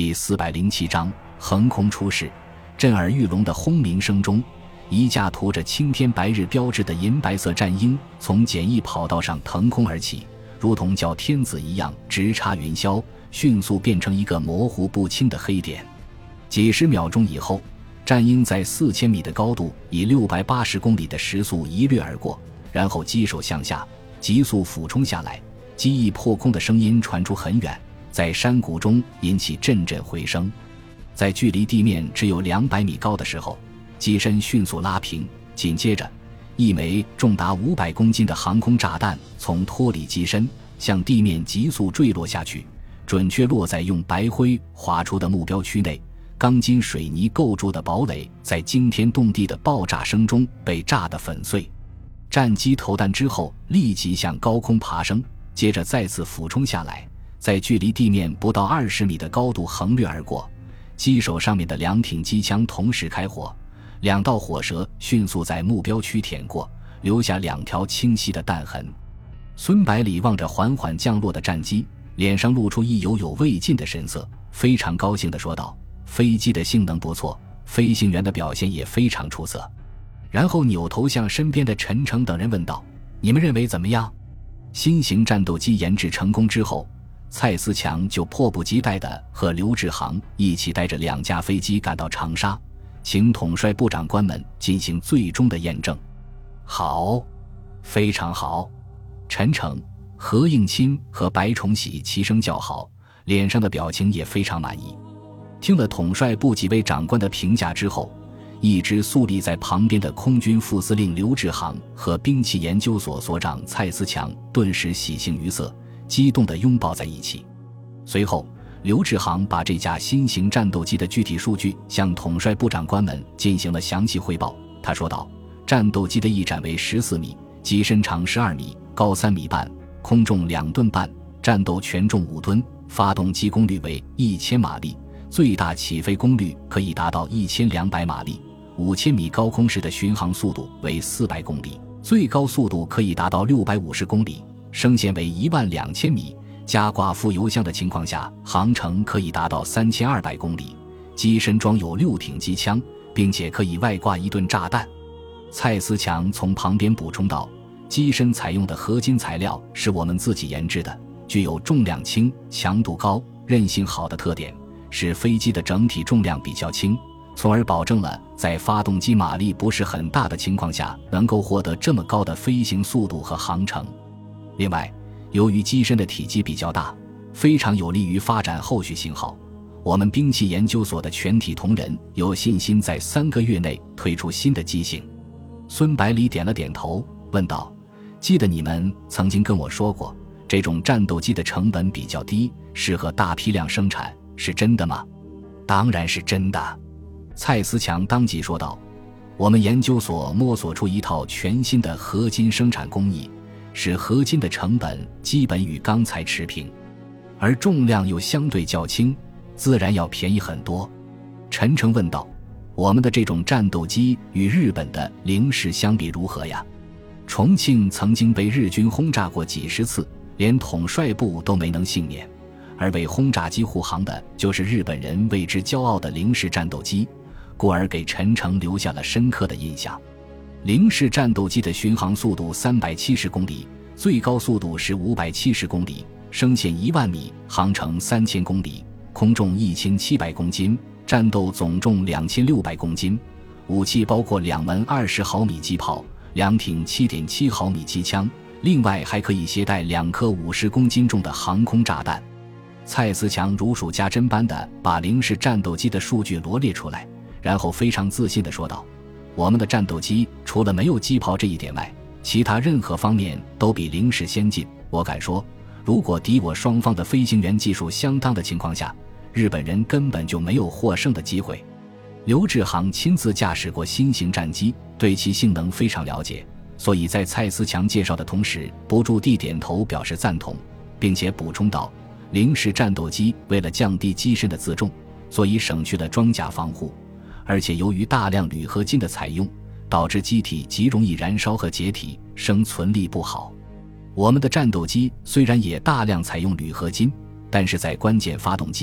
第407章横空出世。震耳欲聋的轰鸣声中，一架涂着青天白日标志的银白色战鹰从简易跑道上腾空而起，如同叫天子一样直插云霄，迅速变成一个模糊不清的黑点。几十秒钟以后，战鹰在4000米的高度以680公里的时速一掠而过，然后机首向下急速俯冲下来，机翼破空的声音传出很远，在山谷中引起阵阵回声。在距离地面只有200米高的时候，机身迅速拉平，紧接着一枚重达500公斤的航空炸弹从脱离机身向地面急速坠落下去，准确落在用白灰划出的目标区内。钢筋水泥构筑的堡垒在惊天动地的爆炸声中被炸得粉碎。战机投弹之后立即向高空爬升，接着再次俯冲下来，在距离地面不到20米的高度横掠而过。机首上面的2挺机枪同时开火，2道火舌迅速在目标区舔过，留下2条清晰的弹痕。孙百里望着缓缓降落的战机，脸上露出意犹有未尽的神色，非常高兴地说道：飞机的性能不错，飞行员的表现也非常出色。然后扭头向身边的陈诚等人问道：你们认为怎么样？新型战斗机研制成功之后，蔡思强就迫不及待地和刘志航一起带着2架飞机赶到长沙，请统帅部长官们进行最终的验证。好，非常好。陈诚、何应钦和白崇禧齐声叫好，脸上的表情也非常满意。听了统帅部几位长官的评价之后，一直肃立在旁边的空军副司令刘志航和兵器研究所所长蔡思强顿时喜形于色，激动地拥抱在一起。随后，刘志航把这架新型战斗机的具体数据向统帅部长官们进行了详细汇报。他说道：战斗机的翼展为14米，机身长12米，高3米半，空重2吨半，战斗全重5吨，发动机功率为1000马力，最大起飞功率可以达到1200马力，5000米高空时的巡航速度为400公里，最高速度可以达到650公里，升限为12000米，加挂副油箱的情况下，航程可以达到3200公里。机身装有6挺机枪，并且可以外挂1吨炸弹。蔡思强从旁边补充道：机身采用的合金材料是我们自己研制的，具有重量轻、强度高、韧性好的特点，使飞机的整体重量比较轻，从而保证了在发动机马力不是很大的情况下能够获得这么高的飞行速度和航程。另外，由于机身的体积比较大，非常有利于发展后续型号，我们兵器研究所的全体同仁有信心在3个月内推出新的机型。孙百里点了点头，问道：记得你们曾经跟我说过，这种战斗机的成本比较低，适合大批量生产，是真的吗？当然是真的。蔡思强当即说道：我们研究所摸索出一套全新的合金生产工艺，使合金的成本基本与钢材持平，而重量又相对较轻，自然要便宜很多。陈诚问道：我们的这种战斗机与日本的零式相比如何呀？重庆曾经被日军轰炸过几十次，连统帅部都没能幸免，而为轰炸机护航的就是日本人为之骄傲的零式战斗机，故而给陈诚留下了深刻的印象。零式战斗机的巡航速度370公里，最高速度是570公里，升限10000米，航程3000公里，空重1700公斤，战斗总重2600公斤。武器包括2门20毫米机炮，2挺7.7毫米机枪，另外还可以携带2颗50公斤重的航空炸弹。蔡思强如数家珍般地把零式战斗机的数据罗列出来，然后非常自信地说道：我们的战斗机除了没有机炮这一点外，其他任何方面都比零式先进。我敢说，如果敌我双方的飞行员技术相当的情况下，日本人根本就没有获胜的机会。刘志航亲自驾驶过新型战机，对其性能非常了解，所以在蔡思强介绍的同时不住地点头表示赞同，并且补充道：零式战斗机为了降低机身的自重，所以省去了装甲防护，而且由于大量铝合金的采用，导致机体极容易燃烧和解体，生存力不好。我们的战斗机虽然也大量采用铝合金，但是在关键发动机、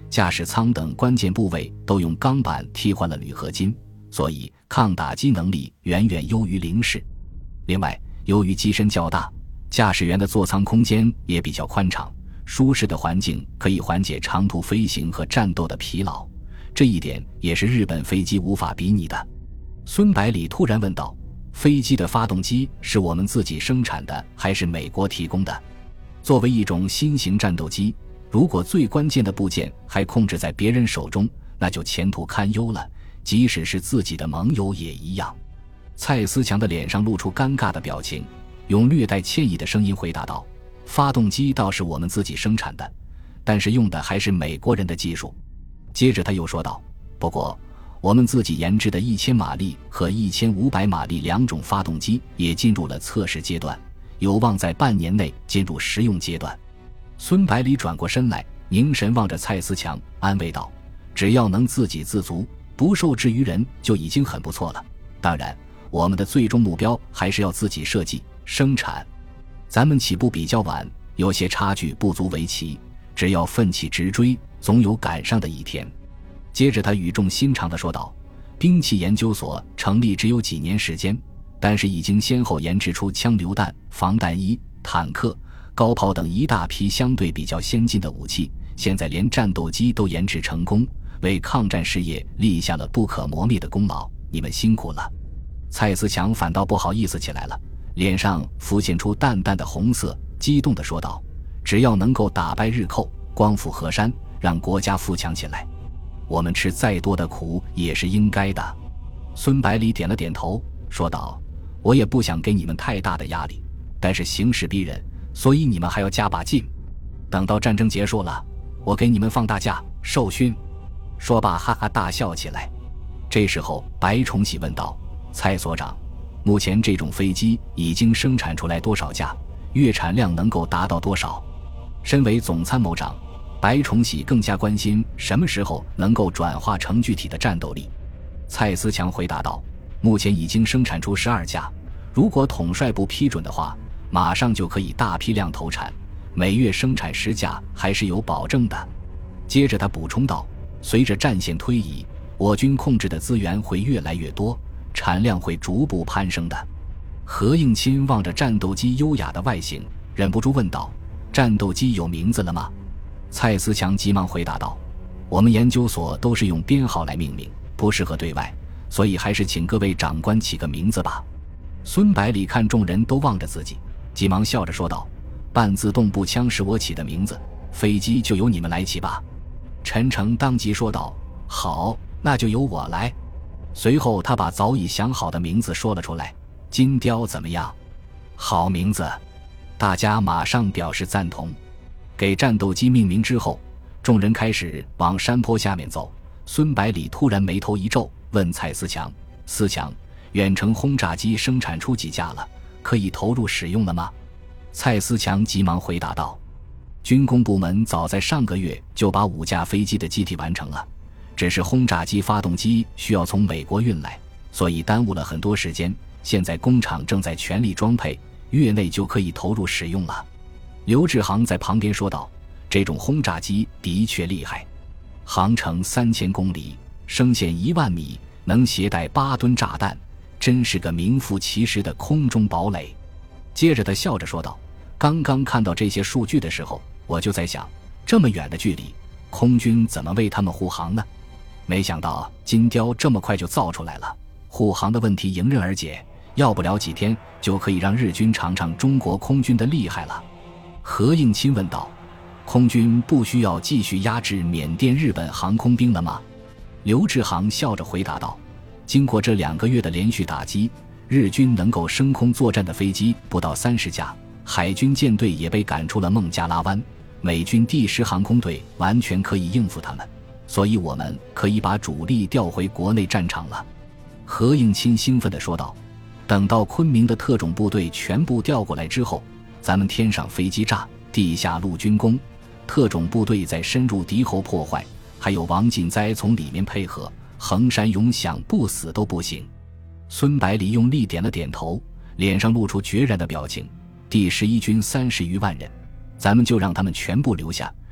驾驶舱等关键部位都用钢板替换了铝合金，所以抗打击能力远远优于零式。另外，由于机身较大，驾驶员的座舱空间也比较宽敞，舒适的环境可以缓解长途飞行和战斗的疲劳，这一点也是日本飞机无法比拟的。孙百里突然问道，飞机的发动机是我们自己生产的还是美国提供的？作为一种新型战斗机，如果最关键的部件还控制在别人手中，那就前途堪忧了，即使是自己的盟友也一样。蔡思强的脸上露出尴尬的表情，用略带歉意的声音回答道，发动机倒是我们自己生产的，但是用的还是美国人的技术。接着他又说道，不过我们自己研制的1000马力和1500马力两种发动机也进入了测试阶段，有望在半年内进入实用阶段。孙百里转过身来，凝神望着蔡思强，安慰道，只要能自给自足，不受制于人就已经很不错了。当然，我们的最终目标还是要自己设计生产。咱们起步比较晚，有些差距不足为奇，只要奋起直追，总有赶上的一天。接着他语重心长地说道，兵器研究所成立只有几年时间，但是已经先后研制出枪榴弹、防弹衣、坦克、高炮等一大批相对比较先进的武器，现在连战斗机都研制成功，为抗战事业立下了不可磨灭的功劳，你们辛苦了。蔡思强反倒不好意思起来了，脸上浮现出淡淡的红色，激动地说道，只要能够打败日寇，光复河山，让国家富强起来，我们吃再多的苦也是应该的。孙百里点了点头，说道，我也不想给你们太大的压力，但是形势逼人，所以你们还要加把劲。等到战争结束了，我给你们放大假授勋。说罢哈哈大笑起来。这时候白崇禧问道，蔡所长，目前这种飞机已经生产出来多少架，月产量能够达到多少？身为总参谋长，白崇禧更加关心什么时候能够转化成具体的战斗力。蔡思强回答道，目前已经生产出12架，如果统帅部批准的话，马上就可以大批量投产，每月生产10架还是有保证的。接着他补充道，随着战线推移，我军控制的资源会越来越多，产量会逐步攀升的。何应钦望着战斗机优雅的外形，忍不住问道，战斗机有名字了吗？蔡思强急忙回答道，我们研究所都是用编号来命名，不适合对外，所以还是请各位长官起个名字吧。孙百里看众人都望着自己，急忙笑着说道，半自动步枪是我起的名字，飞机就由你们来起吧。陈诚当即说道，好，那就由我来。随后他把早已想好的名字说了出来，金雕怎么样？好名字。大家马上表示赞同。给战斗机命名之后，众人开始往山坡下面走。孙百里突然眉头一皱，问蔡思强，思强，远程轰炸机生产出几架了，可以投入使用了吗？蔡思强急忙回答道，军工部门早在上个月就把5架飞机的机体完成了，只是轰炸机发动机需要从美国运来，所以耽误了很多时间，现在工厂正在全力装配，月内就可以投入使用了。刘志航在旁边说道，这种轰炸机的确厉害，航程3000公里，升限1万米，能携带8吨炸弹，真是个名副其实的空中堡垒。接着他笑着说道，刚刚看到这些数据的时候，我就在想，这么远的距离，空军怎么为他们护航呢？没想到金雕这么快就造出来了，护航的问题迎刃而解，要不了几天就可以让日军尝尝中国空军的厉害了。何应钦问道，空军不需要继续压制缅甸日本航空兵了吗？刘志航笑着回答道，经过这2个月的连续打击，日军能够升空作战的飞机不到30架，海军舰队也被赶出了孟加拉湾，美军第10航空队完全可以应付他们，所以我们可以把主力调回国内战场了。何应钦兴奋地说道，等到昆明的特种部队全部调过来之后，咱们天上飞机炸，地下陆军攻，特种部队再深入敌后破坏，还有王进哉从里面配合，衡山勇想不死都不行。孙百里用力点了点头，脸上露出决然的表情，第11军30余万人，咱们就让他们全部留下，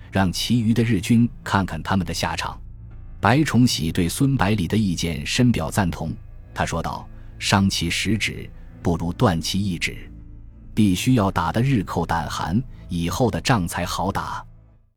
让其余的日军看看他们的下场。白崇禧对孙百里的意见深表赞同，他说道：伤其10指，不如断其1指，必须要打得日寇胆寒，以后的仗才好打。